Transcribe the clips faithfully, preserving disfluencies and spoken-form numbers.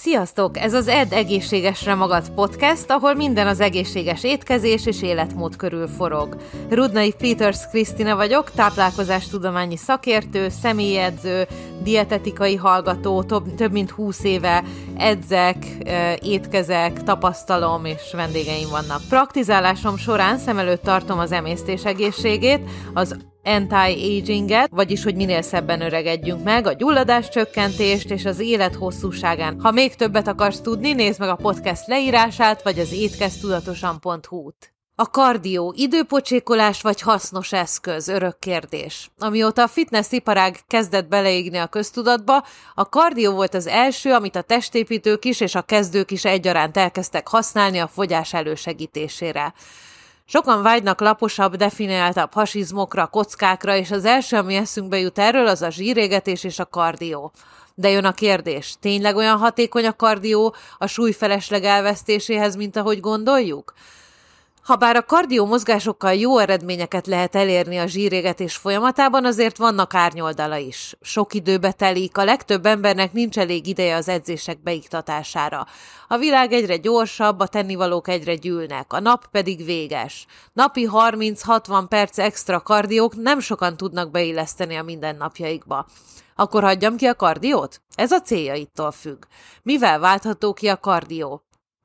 Sziasztok! Ez az Edd egészségesre magad podcast, ahol minden az egészséges étkezés és életmód körül forog. Rudnai Peters Krisztina vagyok, táplálkozástudományi szakértő, személyedző, dietetikai hallgató, több, több mint húsz éve edzek, étkezek, tapasztalom és vendégeim vannak. Praktizálásom során szem előtt tartom az emésztés egészségét, az anti-aginget, vagyis hogy minél szebben öregedjünk meg, a gyulladás csökkentést és az élet hosszúságán. Ha még többet akarsz tudni, nézd meg a podcast leírását, vagy az étkeztudatosan pont hu-t. A kardió időpocsékolás vagy hasznos eszköz? Örök kérdés. Amióta a fitness iparág kezdett beleégni a köztudatba, a kardió volt az első, amit a testépítők is és a kezdők is egyaránt elkezdtek használni a fogyás elősegítésére. Sokan vágynak laposabb, definiáltabb hasizmokra, kockákra, és az első, ami eszünkbe jut erről, az a zsírégetés és a kardió. De jön a kérdés, tényleg olyan hatékony a kardió a súlyfelesleg elvesztéséhez, mint ahogy gondoljuk? Habár a kardió mozgásokkal jó eredményeket lehet elérni a zsírégetés folyamatában, azért vannak árnyoldala is. Sok időbe telik, a legtöbb embernek nincs elég ideje az edzések beiktatására. A világ egyre gyorsabb, a tennivalók egyre gyűlnek, a nap pedig véges. Napi harminc-hatvan perc extra kardiók nem sokan tudnak beilleszteni a mindennapjaikba. Akkor hagyjam ki a kardiót? Ez a céljaitól függ. Mivel váltható ki a kardió?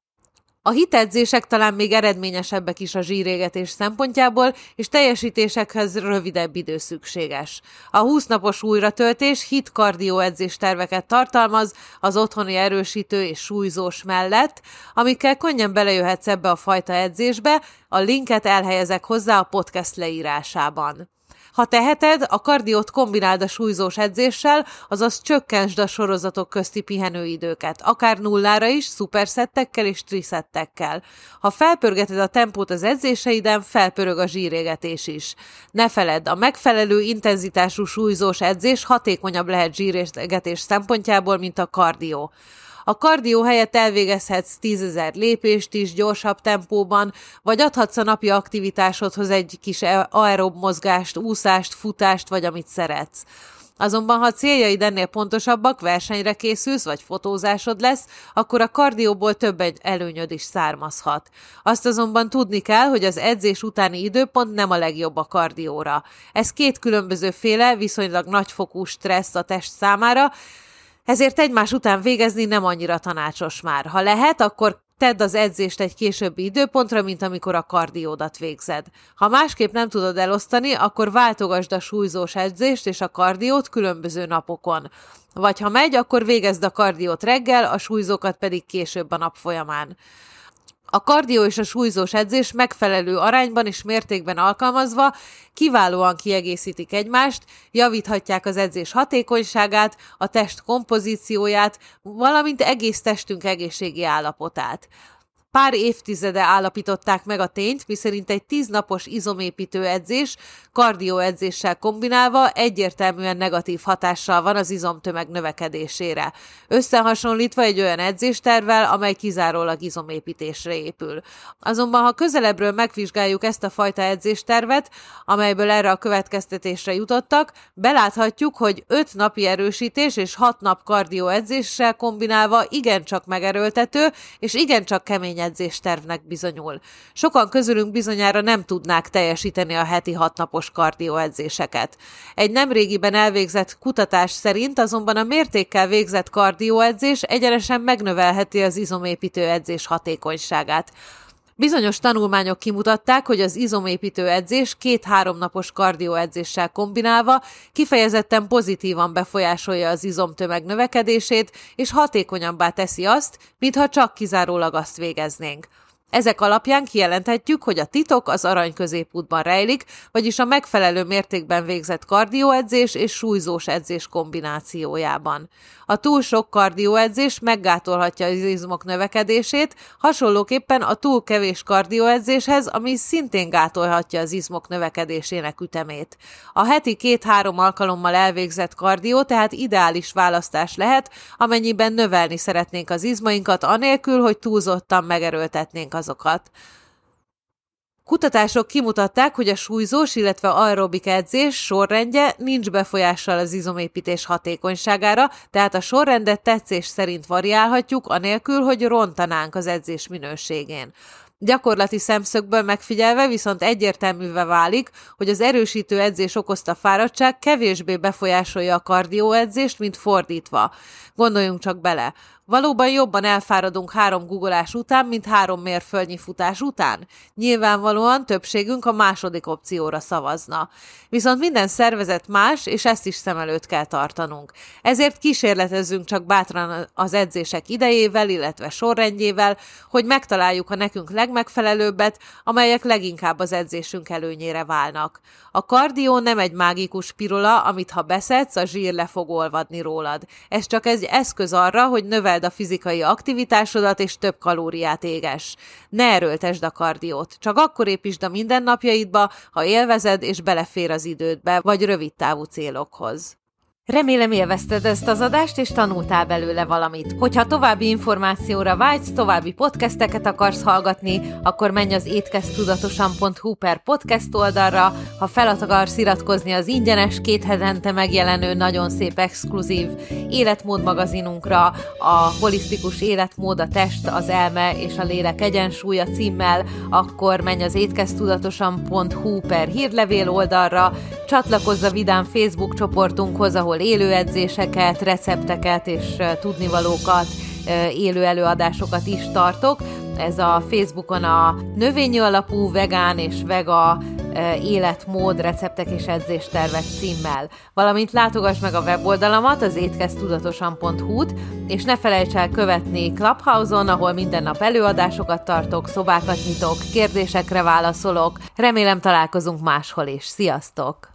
A hitedzések talán még eredményesebbek is a zsírégetés szempontjából, és teljesítésekhez rövidebb idő szükséges. A húsz napos újratöltés hit kardió edzés terveket tartalmaz az otthoni erősítő és súlyzós mellett, amikkel könnyen belejöhetsz ebbe a fajta edzésbe, a linket elhelyezek hozzá a podcast leírásában. Ha teheted, a kardiót kombináld a súlyzós edzéssel, azaz csökkentsd a sorozatok közti pihenőidőket, akár nullára is, szuperszettekkel és triszettekkel. Ha felpörgeted a tempót az edzéseiden, felpörög a zsírégetés is. Ne feledd, a megfelelő intenzitású súlyzós edzés hatékonyabb lehet zsírégetés szempontjából, mint a kardió. A kardió helyett elvégezhetsz tízezer lépést is gyorsabb tempóban, vagy adhatsz a napi aktivitásodhoz egy kis aerob mozgást, úszást, futást, vagy amit szeretsz. Azonban, ha a céljaid ennél pontosabbak, versenyre készülsz, vagy fotózásod lesz, akkor a kardióból több egy előnyöd is származhat. Azt azonban tudni kell, hogy az edzés utáni időpont nem a legjobb a kardióra. Ez két különbözőféle, viszonylag nagyfokú stressz a test számára, ezért egymás után végezni nem annyira tanácsos már. Ha lehet, akkor tedd az edzést egy későbbi időpontra, mint amikor a kardiódat végzed. Ha másképp nem tudod elosztani, akkor váltogasd a súlyzós edzést és a kardiót különböző napokon. Vagy ha megy, akkor végezd a kardiót reggel, a súlyzókat pedig később a nap folyamán. A kardió és a súlyzós edzés megfelelő arányban és mértékben alkalmazva kiválóan kiegészítik egymást, javíthatják az edzés hatékonyságát, a test kompozícióját, valamint egész testünk egészségi állapotát. Pár évtizede állapították meg a tényt, miszerint egy tíznapos izomépítő edzés kardióedzéssel kombinálva egyértelműen negatív hatással van az izomtömeg növekedésére, összehasonlítva egy olyan edzéstervvel, amely kizárólag izomépítésre épül. Azonban, ha közelebbről megvizsgáljuk ezt a fajta edzéstervet, amelyből erre a következtetésre jutottak, beláthatjuk, hogy öt napi erősítés és hat nap kardióedzéssel kombinálva igencsak megerőltető és igencsak kemény edzéstervnek bizonyul. Sokan közülünk bizonyára nem tudnák teljesíteni a heti hatnapos kardióedzéseket. Egy nemrégiben elvégzett kutatás szerint azonban a mértékkel végzett kardióedzés egyenesen megnövelheti az izomépítő edzés hatékonyságát. Bizonyos tanulmányok kimutatták, hogy az izomépítő edzés két-három napos kardióedzéssel kombinálva kifejezetten pozitívan befolyásolja az izomtömeg növekedését, és hatékonyabbá teszi azt, mintha csak kizárólag azt végeznénk. Ezek alapján kijelenthetjük, hogy a titok az arany középútban rejlik, vagyis a megfelelő mértékben végzett kardióedzés és súlyzós edzés kombinációjában. A túl sok kardióedzés meggátolhatja az izmok növekedését, hasonlóképpen a túl kevés kardióedzéshez, ami szintén gátolhatja az izmok növekedésének ütemét. A heti két-három alkalommal elvégzett kardió tehát ideális választás lehet, amennyiben növelni szeretnénk az izmainkat anélkül, hogy túlzottan megerőltetnénk azokat. Kutatások kimutatták, hogy a súlyzós, illetve aerobik edzés sorrendje nincs befolyással az izomépítés hatékonyságára, tehát a sorrendet tetszés szerint variálhatjuk, anélkül, hogy rontanánk az edzés minőségén. Gyakorlati szemszögből megfigyelve viszont egyértelművé válik, hogy az erősítő edzés okozta fáradtság kevésbé befolyásolja a kardióedzést, mint fordítva. Gondoljunk csak bele. Valóban jobban elfáradunk három guggolás után, mint három mérföldnyi futás után? Nyilvánvalóan többségünk a második opcióra szavazna. Viszont minden szervezet más, és ezt is szem előtt kell tartanunk. Ezért kísérletezzünk csak bátran az edzések idejével, illetve sorrendjével, hogy megtaláljuk a nekünk legmegfelelőbbet, amelyek leginkább az edzésünk előnyére válnak. A kardió nem egy mágikus pirola, amit ha beszedsz, a zsír le fog olvadni rólad. Ez csak egy eszköz arra, hogy növeld a fizikai aktivitásodat és több kalóriát éges. Ne erőltesd a kardiót, csak akkor építsd a mindennapjaidba, ha élvezed és belefér az idődbe, vagy rövidtávú célokhoz. Remélem élvezted ezt az adást, és tanultál belőle valamit. Hogyha további információra vágysz, további podcasteket akarsz hallgatni, akkor menj az étkeztudatosan pont hu per podcast oldalra. Ha fel akarsz iratkozni az ingyenes, két hetente megjelenő, nagyon szép exkluzív életmód magazinunkra, a holisztikus életmód, a test, az elme és a lélek egyensúlya címmel, akkor menj az étkeztudatosan pont hu per hírlevél oldalra, csatlakozz a vidám Facebook csoportunkhoz, ahol élő edzéseket, recepteket és tudnivalókat, élő előadásokat is tartok. Ez a Facebookon a növényi alapú vegán és vega életmód, receptek és edzéstervek címmel. Valamint látogass meg a weboldalamat, az étkeztudatosan pont hu-t, és ne felejts el követni Clubhouse-on, ahol minden nap előadásokat tartok, szobákat nyitok, kérdésekre válaszolok. Remélem találkozunk máshol is. Sziasztok!